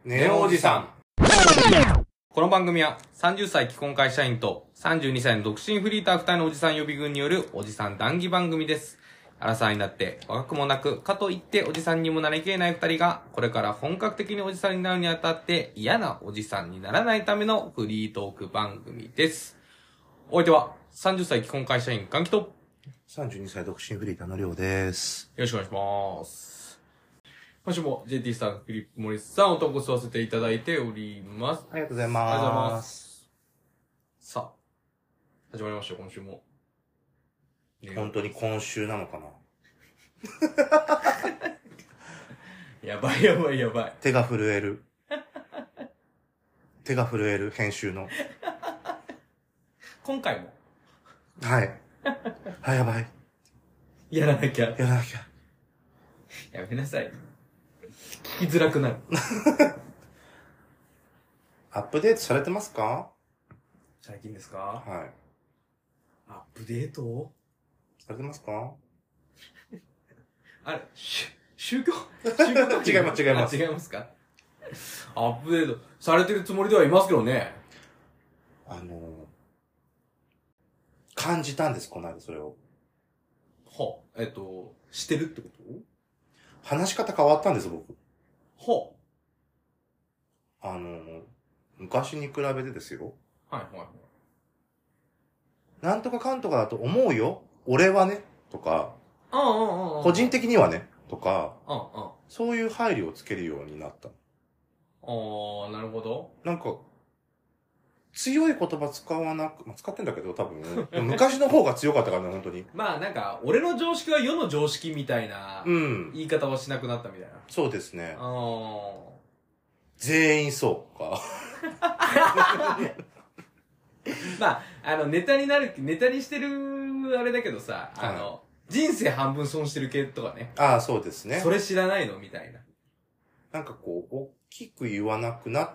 ネオおじさん。この番組は30歳既婚会社員と32歳の独身フリーター2人のおじさん予備軍によるおじさん談義番組です。アラサーになって若くもなく、かといっておじさんにもなりきれない2人が、これから本格的におじさんになるにあたって嫌なおじさんにならないためのフリートーク番組です。お相手は30歳既婚会社員換気と 32歳独身フリーターのりょうです。 よろしくお願いします。今週も JT さん、フリップモリスさんを投稿させていただいております。 ありがとうございます。 ありがとうございます。さあ、始まりましたよ、今週も。 本当に今週なのかなやばいやばいやばい。 手が震える。手が震える、編集の。 今回も。 はい。あ、やばい。 やらなきゃ。 やらなきゃ。 やめなさい。聞きづらくなる。 アップデートされてますか？ 最近ですか？ はい。 アップデートされてますか？ あれ、宗教違います、違います。 違いますか？アップデートされてるつもりではいますけどね。 感じたんです、この間それを。 は、してるってこと？ 話し方変わったんです、僕。 は昔に比べてですよ。 はいはいはい。 なんとかかんとかだと思うよ。俺はね。とか。個人的にはね。とか。そういう配慮をつけるようになった。 ああ、なるほど。 なんか、強い言葉使わなく、使ってんだけど、多分。昔の方が強かったからね、本当に。 まあなんか、俺の常識は世の常識みたいな、言い方をしなくなったみたいな。 そうですね。 ああ。 全員そうか。 まあ、ネタにしてる、あれだけどさ、人生半分損してる系とかね。 ああ、そうですね。 それ知らないのみたいな。 なんかこう、大きく言わなくなった。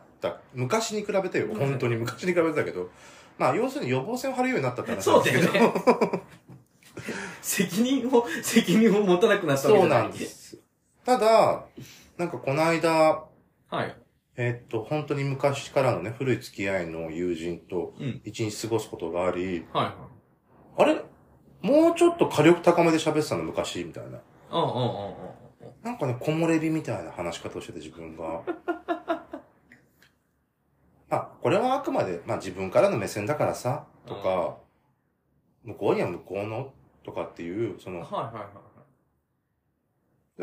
昔に比べてよ。本当に昔に比べてたけど。まあ、要するに予防線を張るようになったって話なんですけど。 そうだよね。責任を持たなくなったわけじゃない。 そうなんです。ただ、なんかこの間、 はい。 本当に昔からのね、古い付き合いの友人と一日過ごすことがあり、 はいはい。 あれもうちょっと火力高めで喋ってたの昔みたいな。なんかね、木漏れ日みたいな話し方をしてて自分が。これはあくまで、自分からの目線だからさ、とか、向こうには向こうの、とかっていう、 はいはいはいはい。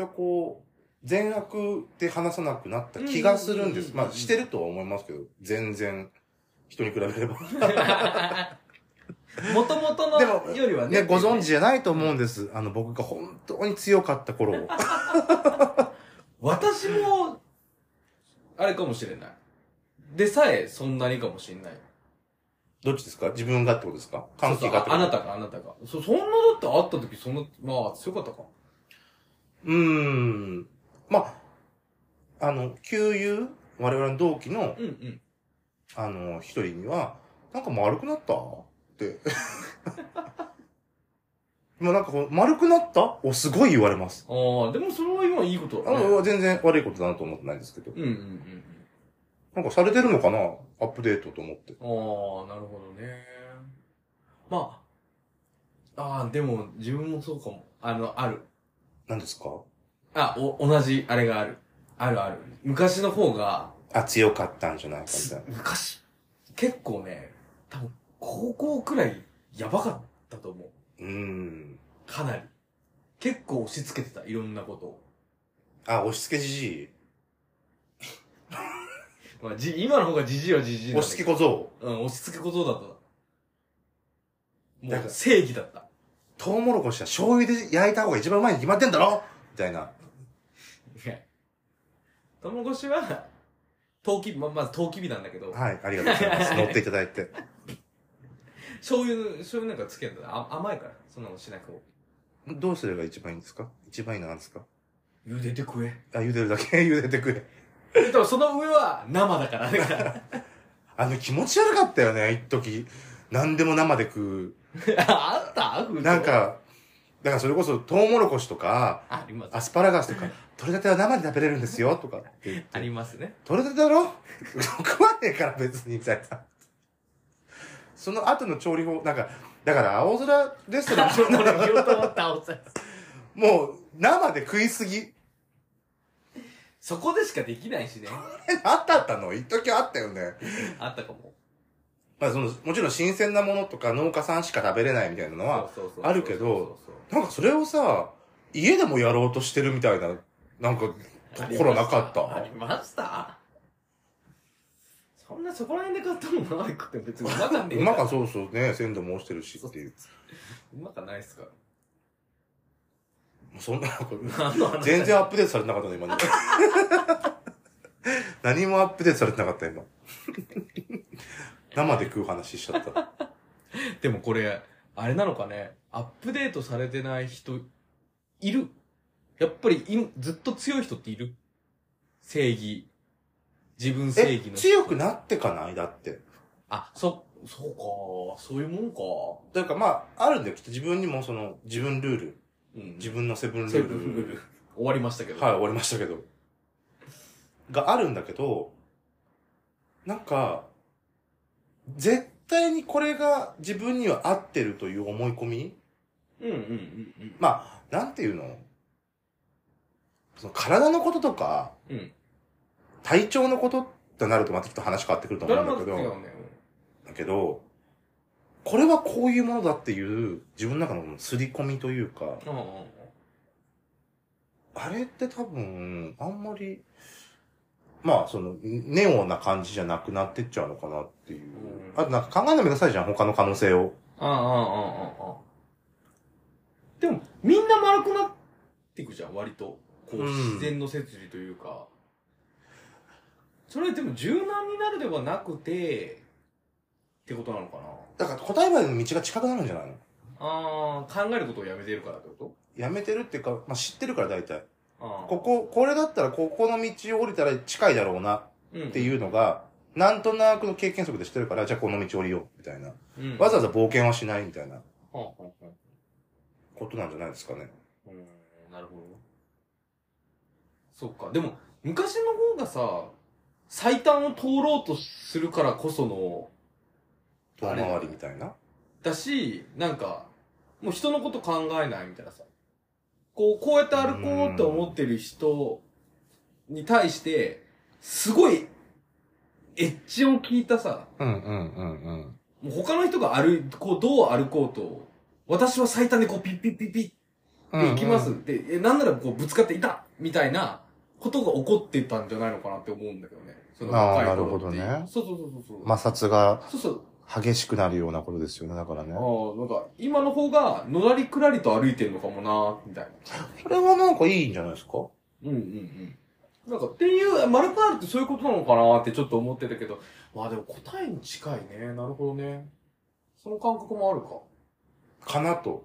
で、こう、善悪で話さなくなった気がするんです。してるとは思いますけど、全然、人に比べれば。 元々のよりはね。 ご存知じゃないと思うんです。僕が本当に強かった頃を。 私も、あれかもしれない。でさえ、そんなにかもしれない。 どっちですか？自分がってことですか？関係がってこと？ あなたが。そんなだって会った時、強かったか。 旧友、我々の同期の、一人には、なんか丸くなったって。今なんか丸くなったをすごい言われます。 ああ、でもそれは今いいことだね。 全然悪いことだなと思ってないんですけど。なんかされてるのかな？アップデートと思って。 ああ、なるほどね。でも自分もそうかも。ある。 何ですか？ 同じ、あれがある。ある。昔の方が。 強かったんじゃないかみたいな。 昔、結構ね、多分、高校くらい、やばかったと思う。かなり。結構押し付けてた、いろんなことを。 押し付けじじい。 今の方がじじいはじじいだ。 押し付け小僧。 押し付け小僧だった。もう、正義だった。 トウモロコシは醤油で焼いた方が一番うまいに決まってんだろみたいな。 トウモロコシは、まずトウキビなんだけど。 はい、ありがとうございます。乗っていただいて。 醤油なんかつけるんだ。甘いから、そんなのしなくても。 どうすれば一番いいんですか？一番いいのなんですか？ 茹でて食え。 茹でるだけ茹でて食え。 でもその上は生だから。 気持ち悪かったよね、一時。何でも生で食う。 あった？ なんか、 だからそれこそトウモロコシとか、 あります。 アスパラガスとか、取れたては生で食べれるんですよ、とかって言って。 ありますね。 取れたてだろ食わねえから別に、みたいな。その後の調理法、なんか、だから青空レストラン俺言おうと思った青空。 もう、生で食いすぎ。 そこでしかできないしね。 あったの一時あったよね。 あったかも。 まあもちろん新鮮なものとか農家さんしか食べれないみたいなのはあるけど、なんかそれをさ、家でもやろうとしてるみたいな、なんか、ところなかった。 ありました。そんなそこら辺で買ったものないくて別にうまかねえ。 うまかそうそうね、鮮度も落ちてるしっていう。 うまかないっすか。 そんな、全然アップデートされてなかったね、今ね。何もアップデートされてなかった、今。生で食う話しちゃった。 でもこれ、あれなのかね、アップデートされてない人、いる？やっぱりずっと強い人っている？正義。自分正義の。 強くなってかないだって。 あ、そうか。そういうもんか。 だからまあ、あるんだよ。きっと自分にも自分ルール。うん、自分のセブンルール。 終わりましたけど。 はい、終わりましたけど。があるんだけど、なんか、絶対にこれが自分には合ってるという思い込み？まあ、なんていうの？その体のこととか、うん、体調のことってなるとまたきっと話変わってくると思うんだけど、だけど、これはこういうものだっていう自分の中の刷り込みというか、あれって多分、あんまり、まあ、ネオな感じじゃなくなってっちゃうのかなっていう。あとなんか考えないでくださいじゃん、他の可能性を。 でも、みんな丸くなっていくじゃん、割と。こう、自然の摂理というか。それでも柔軟になるではなくて、ってことなのかな。 だから答えまでの道が近くなるんじゃないの？ 考えることをやめてるからってこと？ やめてるっていうか、まあ、知ってるから大体。これだったらここの道を降りたら近いだろうなっていうのが、なんとなくの経験則で知ってるから、じゃあこの道降りようみたいな。わざわざ冒険はしないみたいな。ことなんじゃないですかね。 なるほど。そっか。でも、昔の方がさ、最短を通ろうとするからこその、 遠回りみたいな。 だし、なんか、もう人のこと考えないみたいなさ。こうやって歩こうって思ってる人に対して、すごい、エッジを聞いたさ。もう他の人がどう歩こうと、私は最短でこうピッピッピッピッって行きますって、なんならこうぶつかっていたみたいなことが起こってたんじゃないのかなって思うんだけどね。その若い頃って。なるほどね。そう。 摩擦が。激しくなるようなことですよね、だからね。 なんか、今の方が、のらりくらりと歩いてるのかもなみたいな。 それはなんかいいんじゃないですか？ なんか、っていう、丸くなるってそういうことなのかなってちょっと思ってたけど、まあでも答えに近いね。なるほどね。その感覚もあるか。 かなと。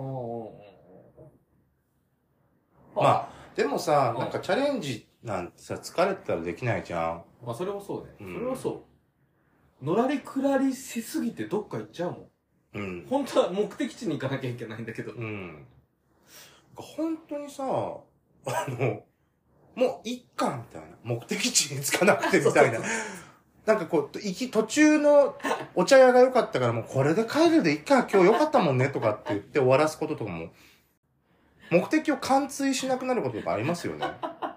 まあ、でもさ、なんかチャレンジなんてさ、疲れてたらできないじゃん。 まあそれはそうね。それはそう。のらりくらりしすぎてどっか行っちゃうもん。本当は目的地に行かなきゃいけないんだけど。 本当にさ、もういっか、みたいな。目的地に着かなくてみたいな。なんかこう、途中のお茶屋が良かったからもうこれで帰るでいっか、今日良かったもんねとかって言って終わらすこととかも、目的を貫通しなくなることとかありますよね。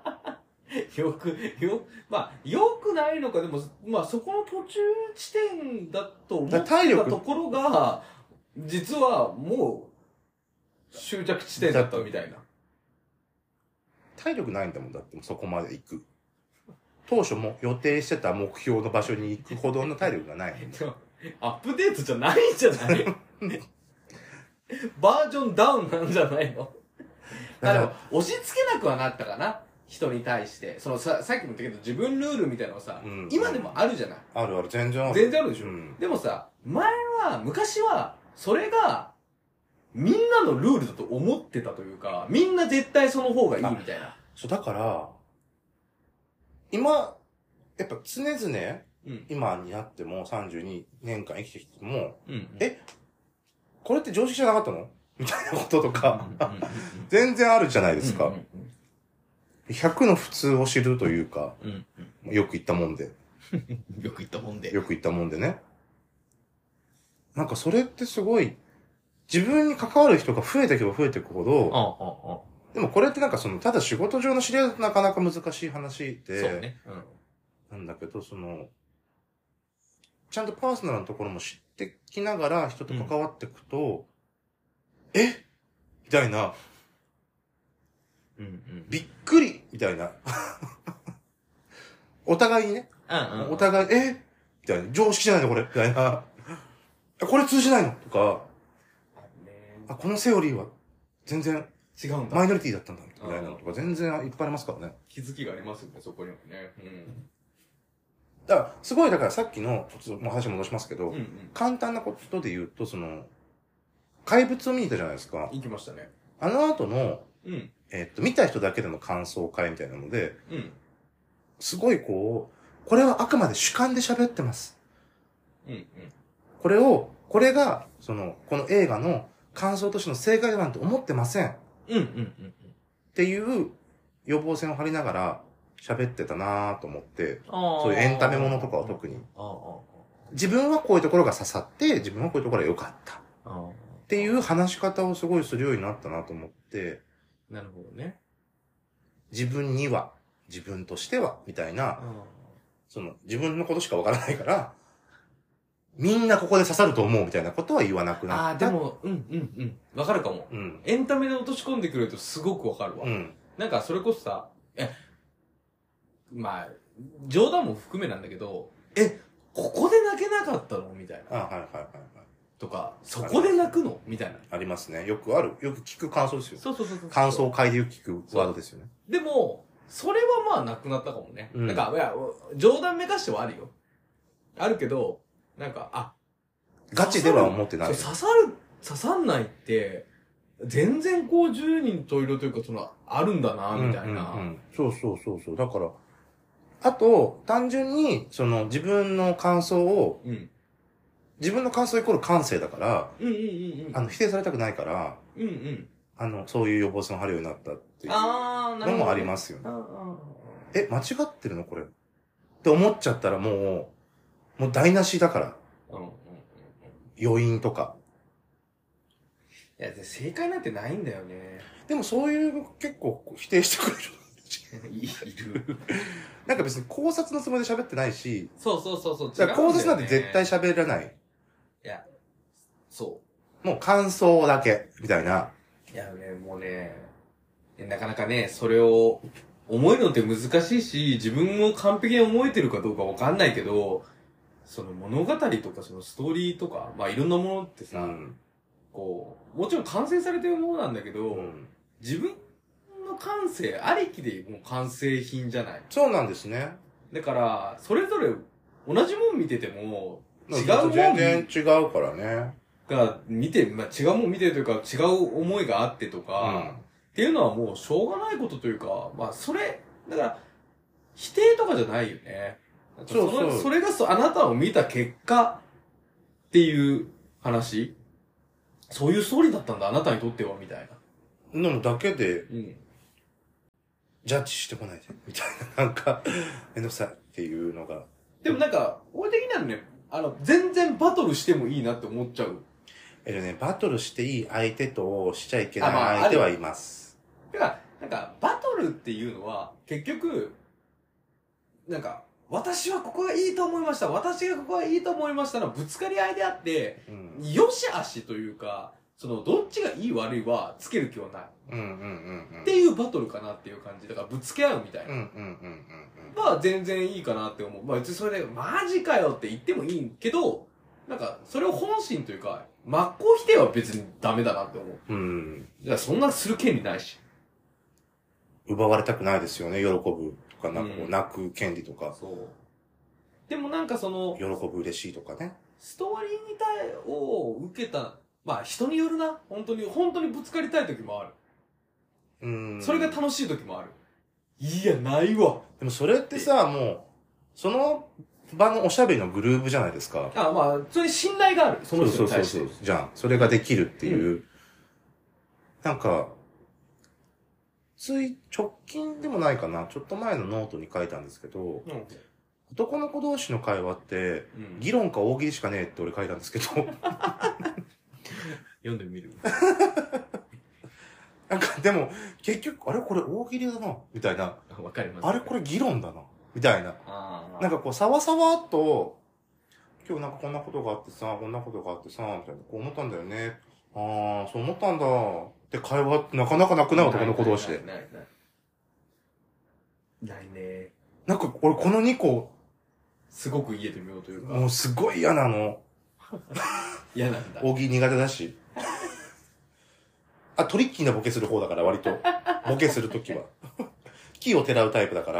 まあ、よくないのか、でも、まあ、そこの途中地点だと思ってたところが、実はもう、終着地点だったみたいな。 体力ないんだもん、だってそこまで行く。当初も予定してた目標の場所に行くほどの体力がない。 アップデートじゃないんじゃないバージョンダウンなんじゃないの？でも、押し付けなくはなったかな。人に対して。さっきも言ったけど、自分ルールみたいなのさ、今でもあるじゃない。 ある、全然ある。 全然あるでしょ。でもさ、昔は、それが、みんなのルールだと思ってたというか、みんな絶対その方がいいみたいな。 そう、だから、今、やっぱ常々、今になっても32年間生きてきても、これって常識じゃなかったの？ みたいなこととか、全然あるじゃないですか。100の普通を知るというか、よく言ったもんで。 よく言ったもんで。 よく言ったもんでね。なんかそれってすごい、自分に関わる人が増えていけば増えていくほど、でもこれってなんかただ仕事上の知り合いだとなかなか難しい話で、 そうね。 なんだけど、ちゃんとパーソナルなところも知ってきながら人と関わっていくと、みたいな、びっくりみたいな。お互いにね、お互い、みたいな、常識じゃないのこれみたいな。これ通じないのとか、このセオリーは全然違うんだ。 マイノリティだったんだみたいなのとか全然いっぱいありますからね。 気づきがありますよね、そこにもね。 だから、すごい、だからさっきの、話戻しますけど、簡単なことで言うと、怪物を見に行ったじゃないですか。 行きましたね。 あの後の、見た人だけでの感想会みたいなので、すごいこれはあくまで主観で喋ってます。これが、この映画の感想としての正解だなんて思ってません。っていう予防線を張りながら喋ってたなぁと思って、そういうエンタメものとかは特に。自分はこういうところが刺さって、自分はこういうところが良かった。っていう話し方をすごいするようになったなと思って、 なるほどね。 自分には、自分としては、みたいな、自分のことしかわからないから、みんなここで刺さると思うみたいなことは言わなくなった。 でも、わかるかも。エンタメで落とし込んでくれるとすごくわかるわ。なんかそれこそさ、まあ、冗談も含めなんだけど、ここで泣けなかったのみたいな。とか、そこで泣くのみたいな。 ありますね。よく聞く感想ですよ。 そう。 感想会でよく聞くワードですよね。 でも、それはまあなくなったかもね。なんか、冗談めかしてはあるよ。あるけど、なんか、 ガチでは思ってない。 刺さんないって、全然10人十色というか、あるんだな、みたいな。 そう。だから、あと、単純に、自分の感想を、自分の感想イコール感性だから、否定されたくないから、そういう予防線を張るようになったっていうのもありますよね。間違ってるのこれって思っちゃったらもう台無しだから。余韻とか。 いや、正解なんてないんだよね。 でもそういう結構否定してくれる。 いる。 なんか別に考察のつもりで喋ってないし。 そう。 じゃあ考察なんて絶対喋らない。 いや、そう。 もう感想だけ、みたいな。 いやね、もうね、なかなかね、それを思えるのって難しいし、自分も完璧に思えてるかどうかわかんないけど、物語とかストーリーとか、まあいろんなものってさ、もちろん完成されてるものなんだけど、自分の感性ありきでもう完成品じゃない。 そうなんですね。 だから、それぞれ同じもん見てても、違うもん全然違うからね。 違うもん見てるというか、違う思いがあってとか、っていうのはもうしょうがないことというか、まあだから、否定とかじゃないよね。それがあなたを見た結果っていう話。そういうストーリーだったんだ、あなたにとっては、みたいな。 のだけで、ジャッジしてこないで、みたいな、なんか、めんどくさいっていうのが。 でもなんか、俺的にはね、全然バトルしてもいいなって思っちゃう。 バトルしていい相手としちゃいけない相手はいます。 だから、なんか、バトルっていうのは、結局、なんか、私はここがいいと思いました。私がここがいいと思いましたのぶつかり合いであって、よしあしというか、どっちがいい悪いはつける気はない。っていうバトルかなっていう感じ。だからぶつけ合うみたいな。は全然いいかなって思う。まあ別にそれで、マジかよって言ってもいいけど、なんか、それを本心というか、真っ向否定は別にダメだなって思う。だからそんなする権利ないし。 奪われたくないですよね、喜ぶ。泣く権利とか。 そう。でもなんか喜ぶ嬉しいとかね。 ストーリーを受けた、まあ人によるな。本当にぶつかりたい時もある。それが楽しい時もある。いや、ないわ。 でもそれってさ、もう、その場のおしゃべりのグルーヴじゃないですか。 まあ、それに信頼がある。その人に対して。 じゃん。それができるっていう。 なんか、直近でもないかな、ちょっと前のノートに書いたんですけど、男の子同士の会話って、議論か大喜利しかねえって俺書いたんですけど。読んでみるなんかでも、結局、あれこれ大喜利だな、みたいな。 わかります。 あれこれ議論だな、みたいな。なんかこう、さわさわっと、今日なんかこんなことがあってさ、こんなことがあってさ、みたいな。こう思ったんだよね。ああ、そう思ったんだ。って会話ってなかなかなくない男の子同士で。 ないね。 なんか俺この2個、 すごく言えてみようというか。 もうすごい嫌なの。 嫌なんだ。 大喜利苦手だし。トリッキーなボケする方だから割と。ボケするときは。木をてらうタイプだから。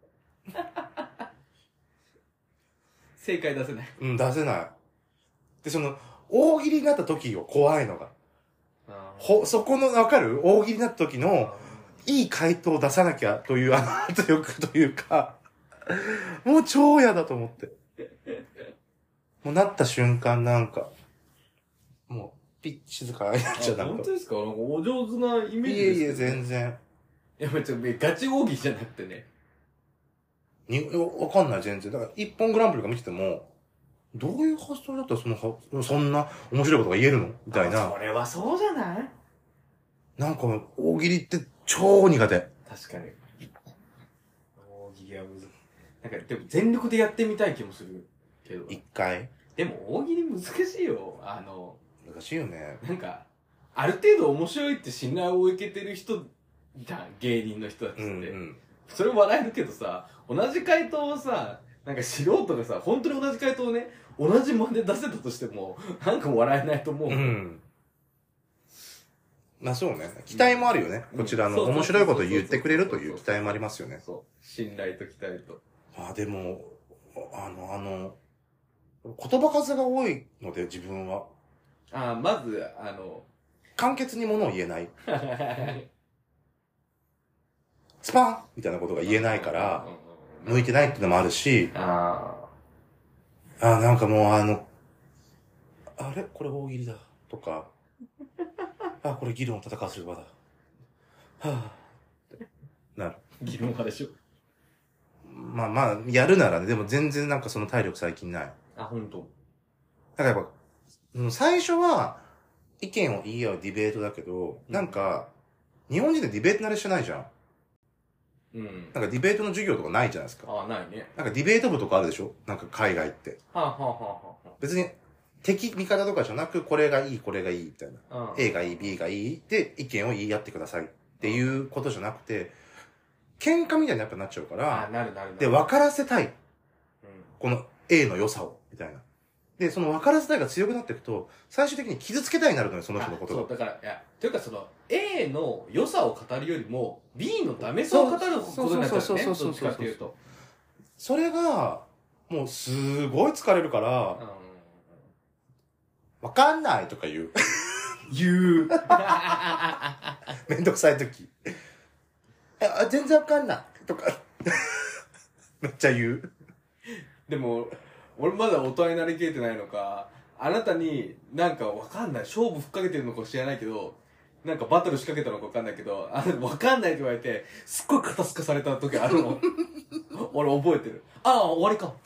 正解出せない。 うん、出せない。で、大喜利になった時よ、怖いのが。そこの、わかる？大喜利になった時の、いい回答を出さなきゃという、圧力というか、もう超嫌だと思って。もうなった瞬間なんか、もう、ピッ静かになっちゃう。 本当ですか？なんかお上手なイメージです、ね。 いえいえ、全然。 いや、別にガチ大喜利じゃなくてね。 わかんない、全然。だから、一本グランプリが見てても、どういう発想だったらそんな面白いことが言えるのみたいな。 それはそうじゃない？ なんか、大喜利って超苦手。 確かに。大喜利はむずい。なんか、でも全力でやってみたい気もするけど。 一回。 でも大喜利難しいよ。 難しいよね。 なんか、ある程度面白いって信頼を受けてる人じゃん、芸人の人たちって。それ笑えるけどさ、同じ回答をさ、なんか素人がさ、本当に同じ回答をね、同じ間で出せたとしても、なんか笑えないと思う。 まあそうね。期待もあるよね。こちらの面白いことを言ってくれるという期待もありますよね。 そう。信頼と期待と。 でも、言葉数が多いので、自分は。 まず、 簡潔にものを言えない。スパンみたいなことが言えないから、向いてないってのもあるし、なんかもうあれこれ大喜利だ。とか、これ議論を戦わせる場だ。ってなる。 議論派でしょ。 まあ、やるならね、でも全然なんかその体力最近ない。 本当。 だからやっぱ、最初は、意見を言い合うディベートだけど、なんか、日本人でディベート慣れしてないじゃん。なんかディベートの授業とかないじゃないですか。 ないね。 なんかディベート部とかあるでしょ？なんか海外って。別に、敵味方とかじゃなく、これがいい、これがいい、みたいな。A がいい、B がいい、で、意見を言い合ってください。っていうことじゃなくて、喧嘩みたいにやっぱなっちゃうから、 なる。 で、分からせたい。この A の良さを、みたいな。で、その分からせたいが強くなっていくと、最終的に傷つけたいになるのよ、その人のことが。 そう、だから、というかA の良さを語るよりも、B のダメさを語ることになっちゃうよね。どっちかっていうと。 それが、もうすごい疲れるから、わかんないとか言う。めんどくさいとき。全然わかんないとか。めっちゃ言う。 でも、俺まだ大人になりきれてないのか、あなたになんかわかんない、勝負ふっかけてるのか知らないけど、なんかバトル仕掛けたのかわかんないけど、わかんないって言われて、すっごい肩透かされた時あるの。俺覚えてる。終わりか。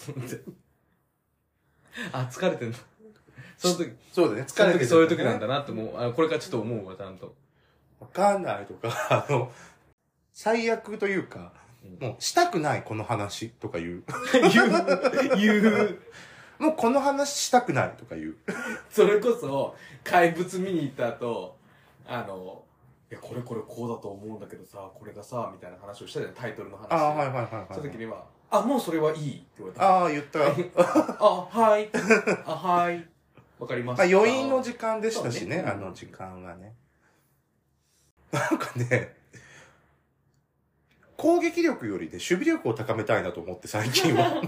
疲れてんの。その時。 そうだね、 疲れてる時そういう時なんだなってもう、これからちょっと思うわ、ちゃんと。 わかんないとか、最悪というか、もう、したくない、この話、とか言う。 言う。 もうこの話したくない、とか言う。 それこそ、怪物見に行った後、いや、これこうだと思うんだけどさ、これがさ、みたいな話をしたじゃん、タイトルの話。その時には、もうそれはいいって言われた。 言った。 はい。はい。わかりました。 余韻の時間でしたしね、あの時間はね。なんかね、攻撃力よりで守備力を高めたいなと思って最近は。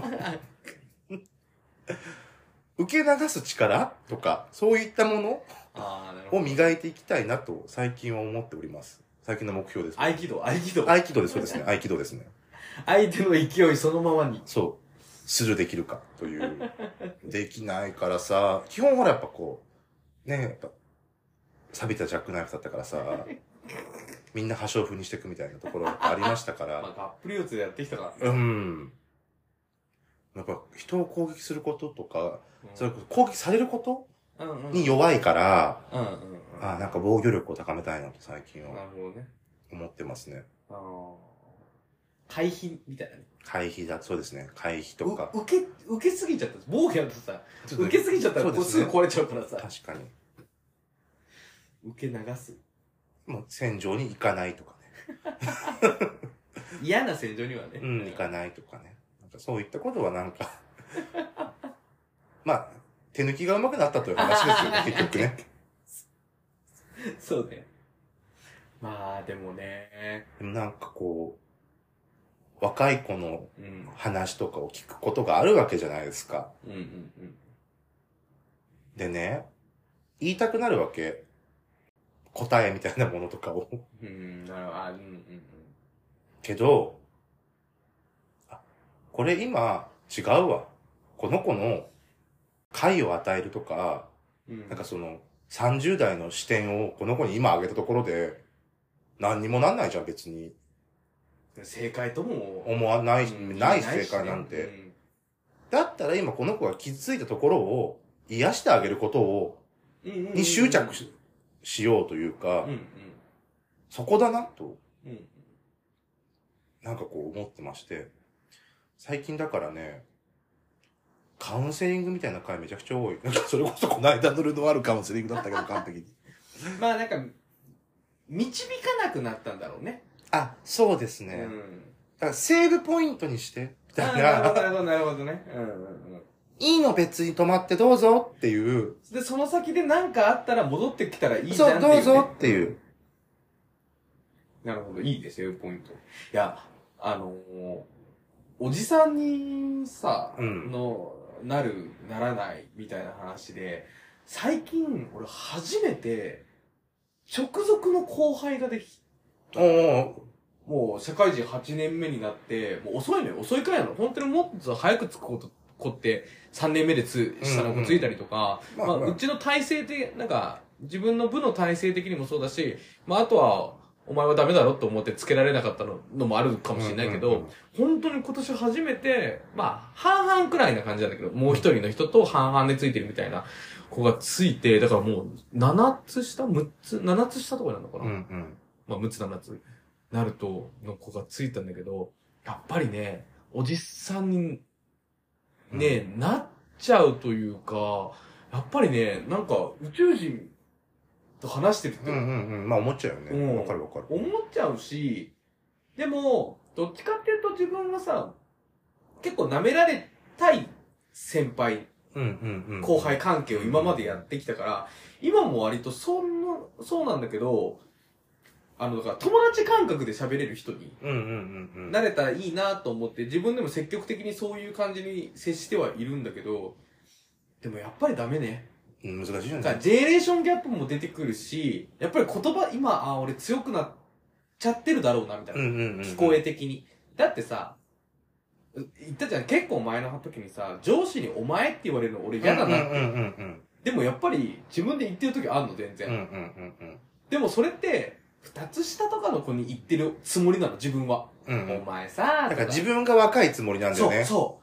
受け流す力とか、そういったものを磨いていきたいなと最近は思っております。最近の目標です。 合気道。 合気道です、そうですね。合気道ですね。 相手の勢いそのままに。 そう。スルーできるかという。できないからさ、基本ほらやっぱこう、ね、やっぱ、 錆びたジャックナイフだったからさ、みんな破傷風にしていくみたいなところがありましたから。 まあ、がっぷり四つでやってきたからね。 うん。やっぱ人を攻撃することとか、それこそ攻撃されることに弱いから、なんか防御力を高めたいなと最近は。 なるほどね。 思ってますね。 回避みたいなね。 回避だ、そうですね。回避とか。 受けすぎちゃった。防御やとさ、受けすぎちゃったらすぐ壊れちゃうからさ。 確かに。 受け流す。 もう戦場に行かないとかね。嫌な戦場にはね。 行かないとかね。なんかそういったことはなんかまあ、手抜きが上手くなったという話ですよね、結局ね。 そうね。まあ、でもね。 でもなんかこう、若い子の話とかを聞くことがあるわけじゃないですか。でね、言いたくなるわけ。答えみたいなものとかを。 なるほど。 けど、これ今違うわ。この子の解を与えるとか、なんかその30代の視点をこの子に今あげたところで何にもなんないじゃん別に。 正解とも思わない、ない正解なんて。だったら今この子が傷ついたところを癒してあげることを、に執着しようというか、そこだなと、なんかこう思ってまして、最近だからね、カウンセリングみたいな回めちゃくちゃ多い。なんかそれこそこの間のルノワールカウンセリングだったけど完璧に。 まあなんか、導かなくなったんだろうね。 あ、そうですね。だからセーブポイントにして、みたいな。 なるほどね。 いいの別に止まってどうぞっていう。 で、その先で何かあったら戻ってきたらいいじゃんっていう、ね。 そう、どうぞっていう。 なるほど、いいですよ、ポイント。いや、おじさんにさ、ならないみたいな話で、最近、俺初めて、直属の後輩ができた。もう、社会人8年目になって、もう遅いのよ、遅いかやの。本当にもっと早くつく子って3年目で下の子ついたりとか、うちの体制で、なんか、自分の部の体制的にもそうだし、あとは、お前はダメだろって思ってつけられなかったのもあるかもしれないけど、本当に今年初めて、半々くらいな感じなんだけど、もう一人の人と半々でついてるみたいな子がついて、だからもう、7つ下 ?6 つ ?7 つ下とかなのかな、6つ7つなると、の子がついたんだけど、やっぱりね、おじさんに、ね、なっちゃうというか、やっぱりね、なんか宇宙人、と話してるって。 まあ思っちゃうよね。わかる。 思っちゃうし、でも、どっちかっていうと自分はさ、結構舐められたい先輩、後輩関係を今までやってきたから、今も割とそうなんだけど、だから友達感覚で喋れる人に、なれたらいいなと思って、自分でも積極的にそういう感じに接してはいるんだけど、でもやっぱりダメね。 難しいよね。 ジェネレーションギャップも出てくるし、やっぱり言葉、今、俺強くなっちゃってるだろうな、みたいな。聞こえ的に。だってさ、言ったじゃん、結構前の時にさ、上司にお前って言われるの俺嫌だなって。でもやっぱり自分で言ってる時あんの、全然。でもそれって、二つ下とかの子に言ってるつもりなの、自分は。お前さ、 だから自分が若いつもりなんだよね。 そう。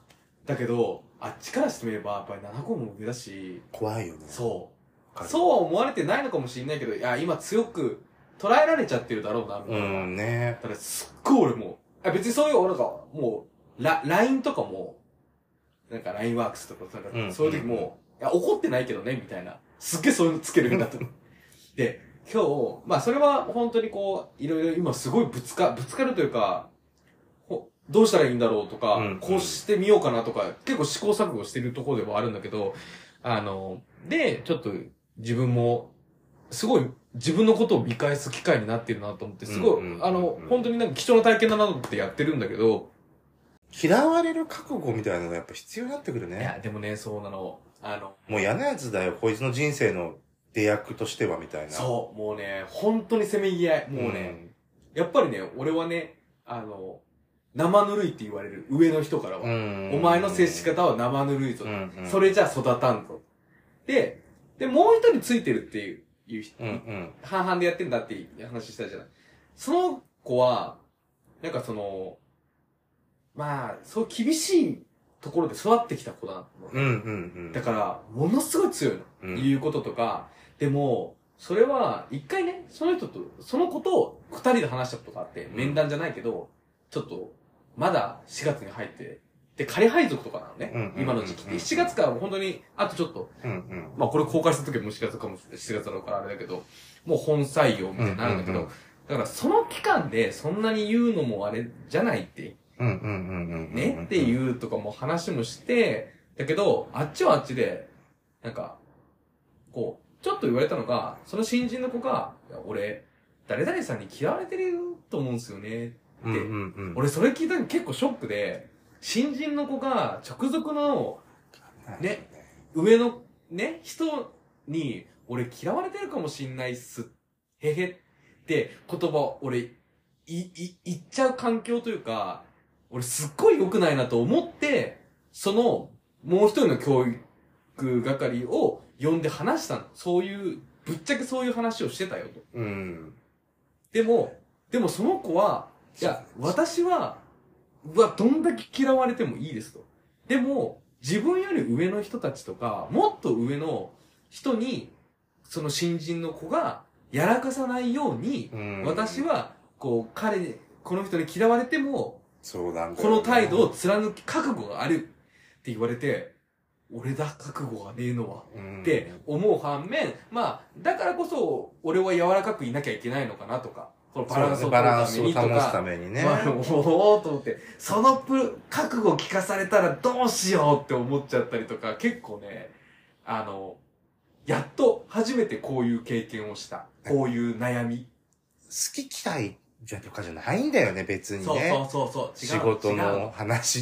だけど、あっちからしてみれば、やっぱり7個も上だし。 怖いよね。 そうは思われてないのかもしれないけど、いや、今強く捉えられちゃってるだろうな、みたいな。 ね。 だからすっごい俺もう、別にそういう、なんか、もう、LINE とかも、なんか LINE ワークスとか、そういう時も、いや、怒ってないけどね、みたいな。すっげえそういうのつけるようになった。で、今日、それは本当にこう、いろいろ今すごいぶつかるというか、どうしたらいいんだろうとか、こうしてみようかなとか、結構試行錯誤してるところではあるんだけど、で、ちょっと自分も、すごい自分のことを見返す機会になってるなと思って、すごい、本当になんか貴重な体験だなと思ってやってるんだけど、 嫌われる覚悟みたいなのがやっぱ必要になってくるね。 いや、でもね、そうなの。 もう嫌なやつだよ、こいつの人生の出役としてはみたいな。 そう、もうね、本当にせめぎ合い。もうね、やっぱりね、俺はね、生ぬるいって言われる上の人からは、お前の接し方は生ぬるいぞ。それじゃ育たんぞ。で、もう一人ついてるっていう、 うんうん。 半々でやってんだっていう話したじゃない。その子は、なんかまあ、そう厳しいところで育ってきた子だな。 うんうんうん。 だから、ものすごい強いの。言うこととか。でも、それは、一回ね、その子と二人で話したことがあって、面談じゃないけど、ちょっと、まだ4月に入って、で、仮配属とかなのね。今の時期で。7月から本当に、あとちょっと、まあこれ公開した時はもう4月かも、7月だろうからあれだけど、もう本採用みたいになるんだけど、だからその期間でそんなに言うのもあれじゃないって、ねっていうとかも話もして、だけど、あっちはあっちで、なんか、こう、ちょっと言われたのが、その新人の子が、いや俺、誰々さんに嫌われてると思うんですよねって、俺それ聞いたの結構ショックで、新人の子が直属の、ね、上のね、人に、俺嫌われてるかもしんないっす。へへって言葉、俺、言っちゃう環境というか、俺すっごい良くないなと思って、もう一人の教育係を呼んで話したの。そういう、ぶっちゃけそういう話をしてたよと。でもその子は、いや、私は、どんだけ嫌われてもいいですと。でも、自分より上の人たちとか、もっと上の人に、その新人の子が、やらかさないように、私は、この人に嫌われても、 そうなんだよね、 この態度を貫き覚悟があるって言われて、俺だ、覚悟がねえのは。って思う反面、まあ、だからこそ、俺は柔らかくいなきゃいけないのかなとか、このバランスを取るためにとか。 保つためにね。 まあ、おーと思って、その覚悟聞かされたらどうしようって思っちゃったりとか、結構ね、やっと初めてこういう経験をした。こういう悩み。 好き嫌いじゃとかじゃないんだよね、別にね。 そう。 仕事の話って。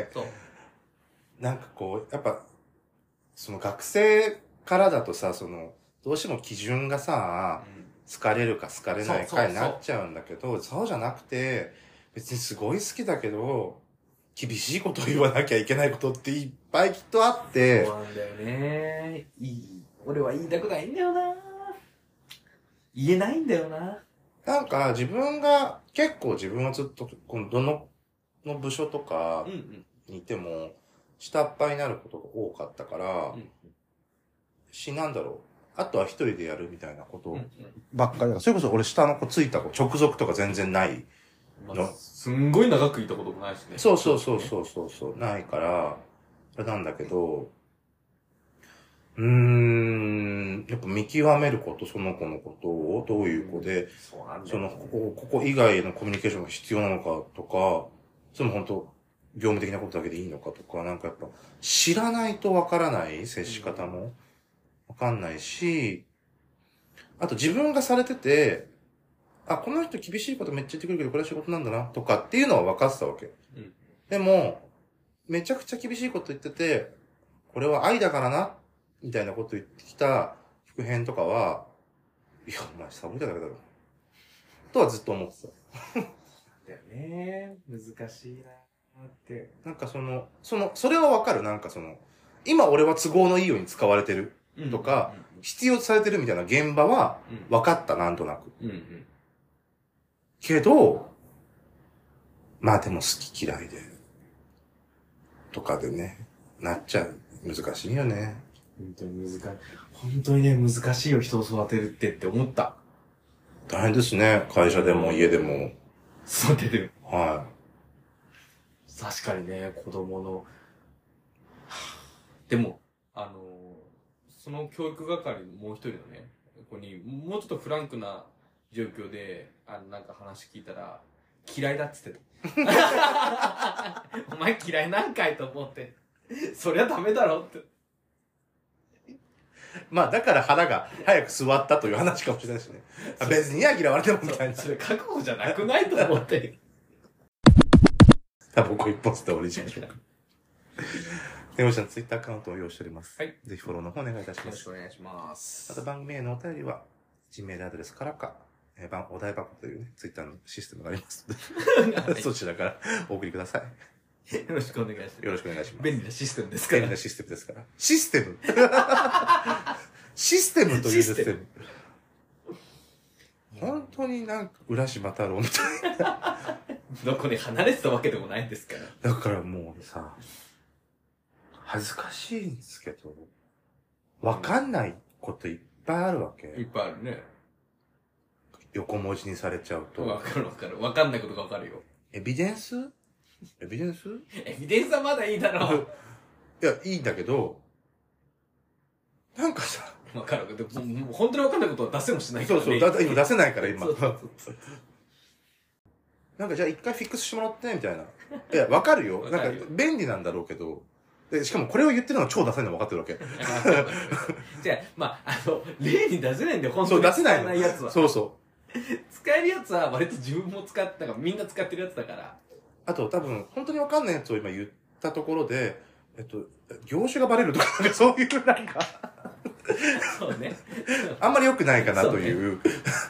そう。 なんかこう、やっぱ、その学生からだとさ、どうしても基準がさ、好かれるか好かれないかになっちゃうんだけど、そうじゃなくて、別にすごい好きだけど、厳しいことを言わなきゃいけないことっていっぱいきっとあって。 そうなんだよね。俺は言いたくないんだよな。言えないんだよな。 なんか結構自分はずっと、どの部署とかにいても、下っ端になることが多かったから、なんだろう。あとは一人でやるみたいなことばっかりだ。それこそ俺下の子ついた子直属とか全然ないの。すんごい長くいたこともないしね。 そう。ないから、あれなんだけど、やっぱ見極めること、その子のことを、どういう子で、ここ以外のコミュニケーションが必要なのかとか、それも本当業務的なことだけでいいのかとか、なんかやっぱ、知らないとわからない接し方もわかんないし、あと自分がされてて、この人厳しいことめっちゃ言ってくるけど、これは仕事なんだな、とかっていうのは分かってたわけ。でも、めちゃくちゃ厳しいこと言ってて、これは愛だからな、みたいなこと言ってきた副編とかは、いや、お前サボりただけだろ。とはずっと思ってた。 だよね。難しいなって。 なんかそれはわかる。なんか今俺は都合のいいように使われてるとか、必要とされてるみたいな現場は分かった、なんとなく。けど、まあでも好き嫌いで、とかでね、なっちゃう。難しいよね。 本当にね、難しいよ、人を育てるって思った。 大変ですね。会社でも家でも。 育ててる。 はい。 確かにね、子供の。でも、その教育係のもう一人のね、子に、もうちょっとフランクな状況で、なんか話聞いたら、嫌いだっつってた。お前嫌いなんかいと思って。そりゃダメだろって。 まあ、だから腹が早く座ったという話かもしれないしね。別に嫌われてもみたいな。 それ覚悟じゃなくないと思って。 タバコ一本吸って終わりじゃん。ネオちゃんツイッターアカウントを用意しております。 はい。 ぜひフォローの方お願いいたします。 よろしくお願いします。 また番組へのお便りは、Gmail アドレスからか、お題箱というね、ツイッターのシステムがありますので、そちらからお送りください。 よろしくお願いします。 よろしくお願いします。 便利なシステムですから。 便利なシステムですから。システムシステムというシステム。 本当になんか浦島太郎みたいな。 どこに離れてたわけでもないんですから。 だからもうさ、恥ずかしいんですけど、わかんないこといっぱいあるわけ。 いっぱいあるね。 横文字にされちゃうと。 わかるわかる。わかんないことがわかるよ。 エビデンスエビデンスエビデンスはまだいいだろう。 いや、いいんだけど、なんかさ、 わかる。でも本当にわかんないことは出せもしないからね。 そうそう、今出せないから今。 そうそうそうなんかじゃあ一回フィックスしてもらって、みたいな。いや、わかるよ。なんかわかるよ便利なんだろうけど、でしかもこれを言ってるのが超ダサいの分かってるわけ。 じゃあ、まあ、例に出せないんだよ、本当そう、 に。 出せないの。 使えないやつは。 そうそ使えるやつは割と自分も使ったから、みんな使ってるやつだから。 う。あと多分、本当に分かんないやつを今言ったところで、業種がバレるとか、なんかそういうなんか、 そうね。 あんまり良くないかなという、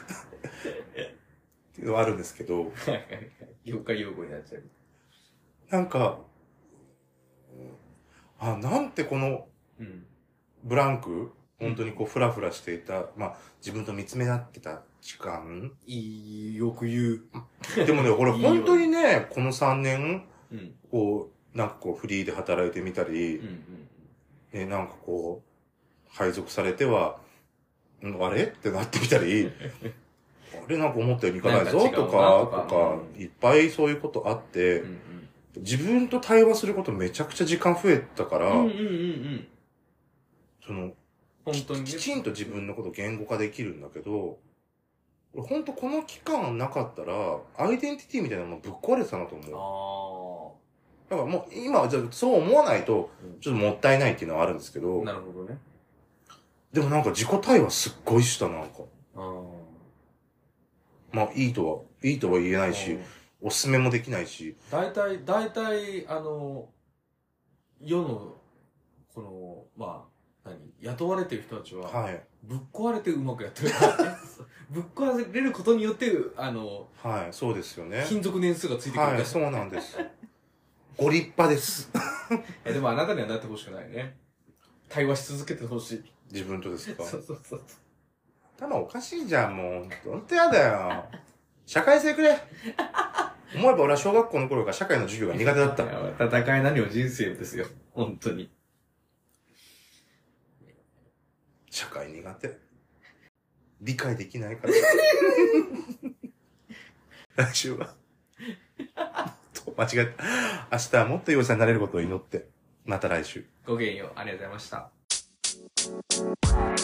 っていうのはあるんですけど、 業界用語になっちゃう。 なんか、なんてこの、 うん。 ブランク、本当にこう、フラフラしていた、まあ、自分と見つめ合ってた時間。 よく言う。 でもね、これ本当にね、この3年、 うん。 こう、なんかこう、フリーで働いてみたり、 うんなんかこう、配属されては、あれってなってみたり、あれなんか思ったようにいかないぞなんか違うなとか、 とかいっぱいそういうことあって、 うん。 自分と対話することめちゃくちゃ時間増えたから、その、 本当にね。 きちんと自分のこと言語化できるんだけど、俺ほんとこの期間なかったら、アイデンティティみたいなのぶっ壊れてたなと思う。だからもう今はじゃあそう思わないと、ちょっともったいないっていうのはあるんですけど、 なるほどね。 でもなんか自己対話すっごいしたなんか。まあいいとは言えないし、おすすめもできないし。 大体、世の、この、まあ、雇われてる人たちは、 はい。 ぶっ壊れてうまくやってるからね。ぶっ壊れることによって、 はい、そうですよね。 勤続年数がついてくるから。 はい、そうなんです。ご立派です。 でもあなたにはなってほしくないね。対話し続けてほしい。 自分とですか？ そうそうそう。 頭おかしいじゃん、もう。ほんとやだよ。社会性くれ。思えば俺は小学校の頃から社会の授業が苦手だった。 戦い何を人生ですよ。本当に。 社会苦手。理解できないから。来週は。間違えた。明日はもっと良さになれることを祈って。また来週。 ごきげんよう。ありがとうございました。